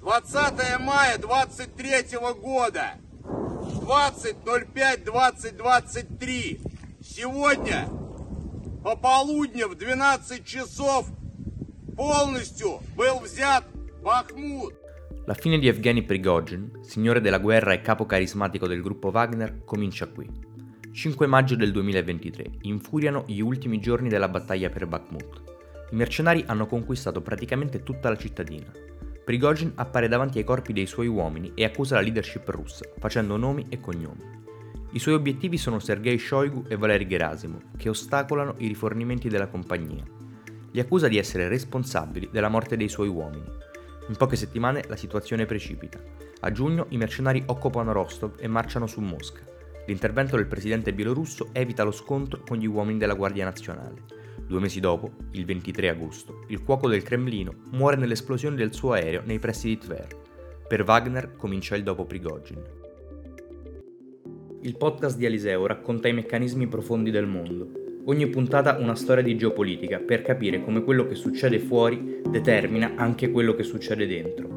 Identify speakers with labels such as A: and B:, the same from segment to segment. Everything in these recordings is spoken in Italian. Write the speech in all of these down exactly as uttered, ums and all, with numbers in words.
A: двадцатого мая двадцать третьего года, двадцать ноль пять двадцать двадцать три. Сегодня пополудни в двенадцать часов полностью был взят Бахмут.
B: La fine di Evgeny Prigozhin, signore della guerra e capo carismatico del gruppo Wagner, comincia qui. cinque maggio del duemilaventitré, infuriano gli ultimi giorni della battaglia per Bakhmut. I mercenari hanno conquistato praticamente tutta la cittadina. Prigozhin appare davanti ai corpi dei suoi uomini e accusa la leadership russa, facendo nomi e cognomi. I suoi obiettivi sono Sergei Shoigu e Valery Gerasimov, che ostacolano i rifornimenti della compagnia. Li accusa di essere responsabili della morte dei suoi uomini. In poche settimane la situazione precipita. A giugno i mercenari occupano Rostov e marciano su Mosca. L'intervento del presidente bielorusso evita lo scontro con gli uomini della Guardia Nazionale. Due mesi dopo, il ventitré agosto, il cuoco del Cremlino muore nell'esplosione del suo aereo nei pressi di Tver. Per Wagner comincia il dopo Prigozhin. Il podcast di Aliseo racconta i meccanismi profondi del mondo. Ogni puntata una storia di geopolitica per capire come quello che succede fuori determina anche quello che succede dentro.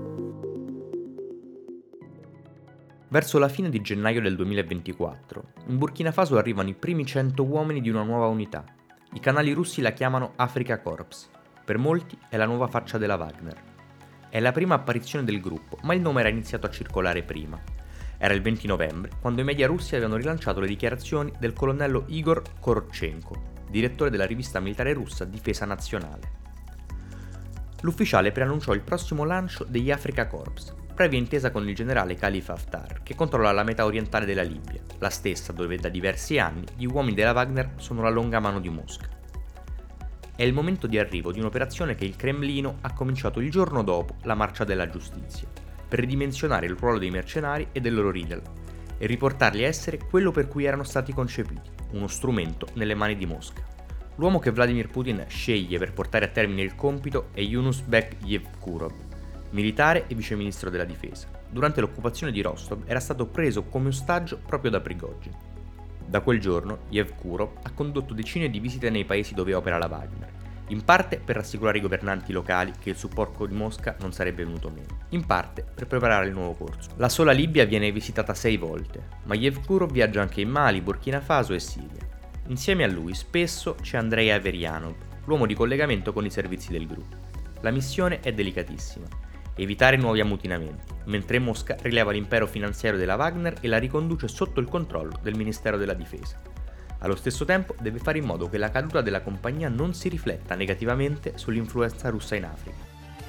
B: Verso la fine di gennaio del duemilaventiquattro, in Burkina Faso arrivano i primi cento uomini di una nuova unità. I canali russi la chiamano Africa Corps. Per molti è la nuova faccia della Wagner. È la prima apparizione del gruppo, ma il nome era iniziato a circolare prima. Era il venti novembre, quando i media russi avevano rilanciato le dichiarazioni del colonnello Igor Korotchenko, direttore della rivista militare russa Difesa Nazionale. L'ufficiale preannunciò il prossimo lancio degli Africa Corps, previa intesa con il generale Khalifa Haftar, che controlla la metà orientale della Libia, la stessa dove da diversi anni gli uomini della Wagner sono la longa mano di Mosca. È il momento di arrivo di un'operazione che il Cremlino ha cominciato il giorno dopo la marcia della giustizia, per ridimensionare il ruolo dei mercenari e del loro leader, e riportarli a essere quello per cui erano stati concepiti, uno strumento nelle mani di Mosca. L'uomo che Vladimir Putin sceglie per portare a termine il compito è Yunusbek Yevkurov, militare e viceministro della difesa. Durante l'occupazione di Rostov era stato preso come ostaggio proprio da Prigozhin. Da quel giorno Yevkurov ha condotto decine di visite nei paesi dove opera la Wagner, in parte per rassicurare i governanti locali che il supporto di Mosca non sarebbe venuto meno, in parte per preparare il nuovo corso. La sola Libia viene visitata sei volte, ma Yevkurov viaggia anche in Mali, Burkina Faso e Siria. Insieme a lui spesso c'è Andrei Averianov, l'uomo di collegamento con i servizi del gruppo. La missione è delicatissima: evitare nuovi ammutinamenti, mentre Mosca rileva l'impero finanziario della Wagner e la riconduce sotto il controllo del Ministero della Difesa. Allo stesso tempo deve fare in modo che la caduta della compagnia non si rifletta negativamente sull'influenza russa in Africa.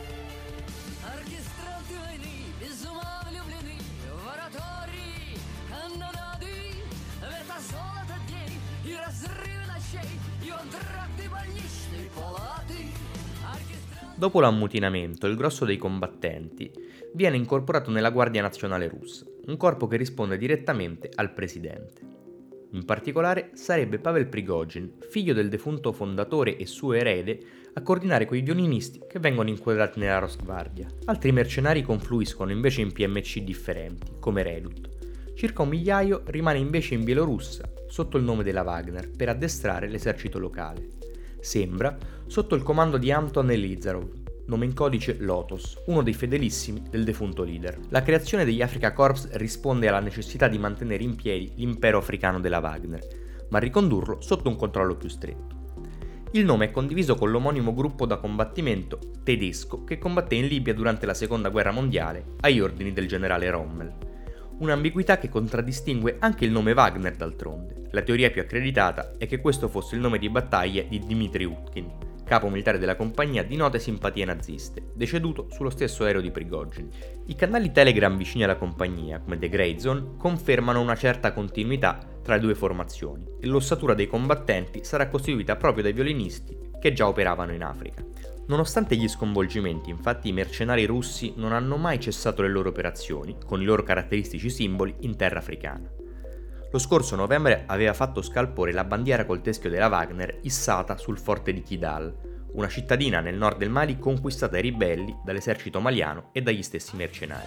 B: Dopo l'ammutinamento, il grosso dei combattenti viene incorporato nella Guardia Nazionale russa, un corpo che risponde direttamente al presidente. In particolare sarebbe Pavel Prigozhin, figlio del defunto fondatore e suo erede, a coordinare quei violinisti che vengono inquadrati nella Rosgvardia. Altri mercenari confluiscono invece in P M C differenti, come Redut. Circa un migliaio rimane invece in Bielorussia, sotto il nome della Wagner, per addestrare l'esercito locale. Sembra sotto il comando di Anton Elizarov, nome in codice Lotos, uno dei fedelissimi del defunto leader. La creazione degli Africa Corps risponde alla necessità di mantenere in piedi l'impero africano della Wagner, ma ricondurlo sotto un controllo più stretto. Il nome è condiviso con l'omonimo gruppo da combattimento tedesco che combatté in Libia durante la Seconda Guerra Mondiale agli ordini del generale Rommel. Un'ambiguità che contraddistingue anche il nome Wagner d'altronde. La teoria più accreditata è che questo fosse il nome di battaglia di Dmitry Utkin, capo militare della compagnia di note simpatie naziste, deceduto sullo stesso aereo di Prigozhin. I canali Telegram vicini alla compagnia, come The Grey Zone, confermano una certa continuità tra le due formazioni, e l'ossatura dei combattenti sarà costituita proprio dai violinisti che già operavano in Africa. Nonostante gli sconvolgimenti, infatti, i mercenari russi non hanno mai cessato le loro operazioni, con i loro caratteristici simboli, in terra africana. Lo scorso novembre aveva fatto scalpore la bandiera col teschio della Wagner issata sul forte di Kidal, una cittadina nel nord del Mali conquistata ai ribelli dall'esercito maliano e dagli stessi mercenari.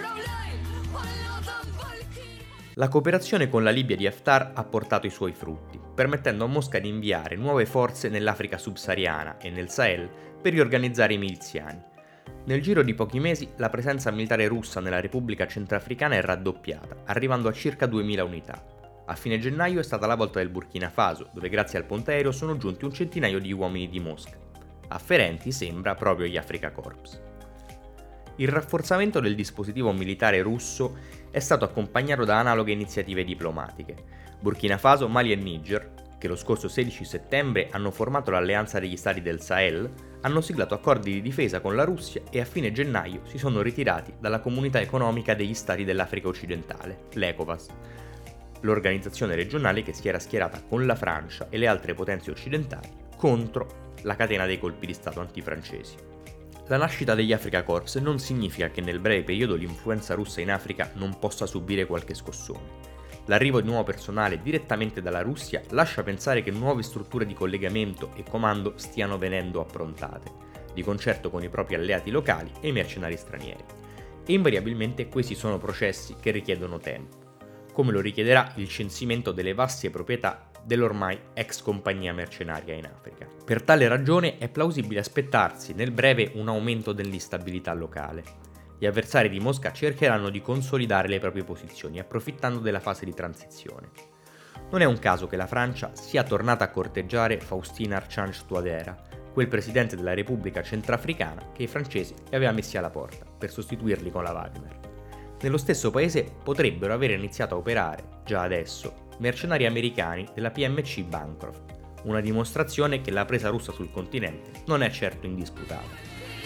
B: La cooperazione con la Libia di Haftar ha portato i suoi frutti. permettendo a Mosca di inviare nuove forze nell'Africa subsahariana e nel Sahel per riorganizzare i miliziani. Nel giro di pochi mesi la presenza militare russa nella Repubblica Centrafricana è raddoppiata, arrivando a circa duemila unità. A fine gennaio è stata la volta del Burkina Faso, dove grazie al ponte aereo sono giunti un centinaio di uomini di Mosca, afferenti sembra proprio gli Africa Corps. Il rafforzamento del dispositivo militare russo è stato accompagnato da analoghe iniziative diplomatiche. Burkina Faso, Mali e Niger, che lo scorso sedici settembre hanno formato l'alleanza degli stati del Sahel, hanno siglato accordi di difesa con la Russia e a fine gennaio si sono ritirati dalla Comunità Economica degli Stati dell'Africa Occidentale, l'ECOWAS, l'organizzazione regionale che si era schierata con la Francia e le altre potenze occidentali contro la catena dei colpi di Stato antifrancesi. La nascita degli Africa Corps non significa che nel breve periodo l'influenza russa in Africa non possa subire qualche scossone. L'arrivo di nuovo personale direttamente dalla Russia lascia pensare che nuove strutture di collegamento e comando stiano venendo approntate, di concerto con i propri alleati locali e i mercenari stranieri. E invariabilmente questi sono processi che richiedono tempo, come lo richiederà il censimento delle vaste proprietà dell'ormai ex compagnia mercenaria in Africa. Per tale ragione è plausibile aspettarsi nel breve un aumento dell'instabilità locale. Gli avversari di Mosca cercheranno di consolidare le proprie posizioni, approfittando della fase di transizione. Non è un caso che la Francia sia tornata a corteggiare Faustin Archange Touadéra, quel presidente della Repubblica Centrafricana che i francesi li aveva messi alla porta per sostituirli con la Wagner. Nello stesso paese potrebbero aver iniziato a operare, già adesso, mercenari americani della P M C Bancroft, una dimostrazione che la presa russa sul continente non è certo indisputata.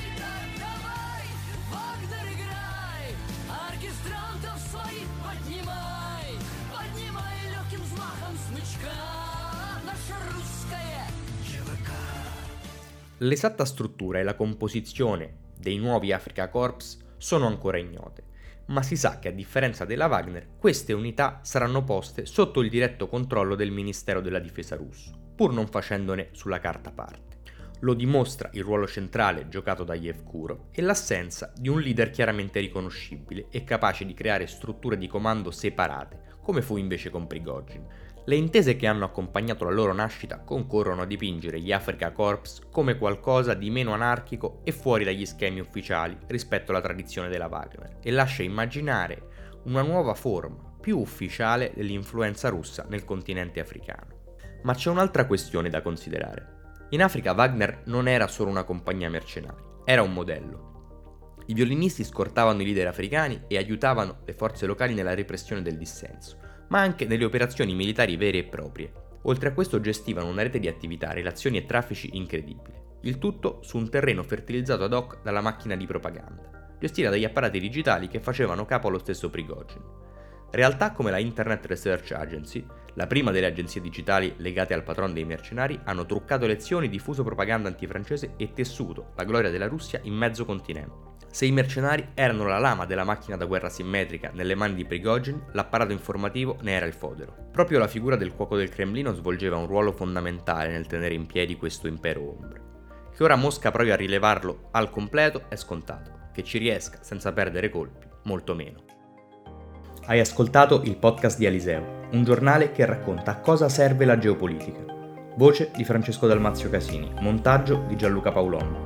B: L'esatta struttura e la composizione dei nuovi Africa Corps sono ancora ignote, ma si sa che a differenza della Wagner, queste unità saranno poste sotto il diretto controllo del Ministero della Difesa russo, pur non facendone sulla carta parte. Lo dimostra il ruolo centrale giocato da Yevkuro e l'assenza di un leader chiaramente riconoscibile e capace di creare strutture di comando separate, come fu invece con Prigozhin. Le intese che hanno accompagnato la loro nascita concorrono a dipingere gli Africa Corps come qualcosa di meno anarchico e fuori dagli schemi ufficiali rispetto alla tradizione della Wagner, e lascia immaginare una nuova forma, più ufficiale, dell'influenza russa nel continente africano. Ma c'è un'altra questione da considerare. In Africa Wagner non era solo una compagnia mercenaria, era un modello. I violinisti scortavano i leader africani e aiutavano le forze locali nella repressione del dissenso, ma anche nelle operazioni militari vere e proprie. Oltre a questo gestivano una rete di attività, relazioni e traffici incredibile. Il tutto su un terreno fertilizzato ad hoc dalla macchina di propaganda, gestita dagli apparati digitali che facevano capo allo stesso Prigozhin. Realtà come la Internet Research Agency, la prima delle agenzie digitali legate al patron dei mercenari, hanno truccato elezioni, diffuso propaganda antifrancese e tessuto la gloria della Russia in mezzo continente. Se i mercenari erano la lama della macchina da guerra simmetrica nelle mani di Prigozhin, l'apparato informativo ne era il fodero. Proprio la figura del cuoco del Cremlino svolgeva un ruolo fondamentale nel tenere in piedi questo impero ombra. Che ora Mosca provi a rilevarlo al completo è scontato, che ci riesca senza perdere colpi, molto meno. Hai ascoltato il podcast di Aliseo, un giornale che racconta a cosa serve la geopolitica. Voce di Francesco Dalmazio Casini, montaggio di Gianluca Paolon.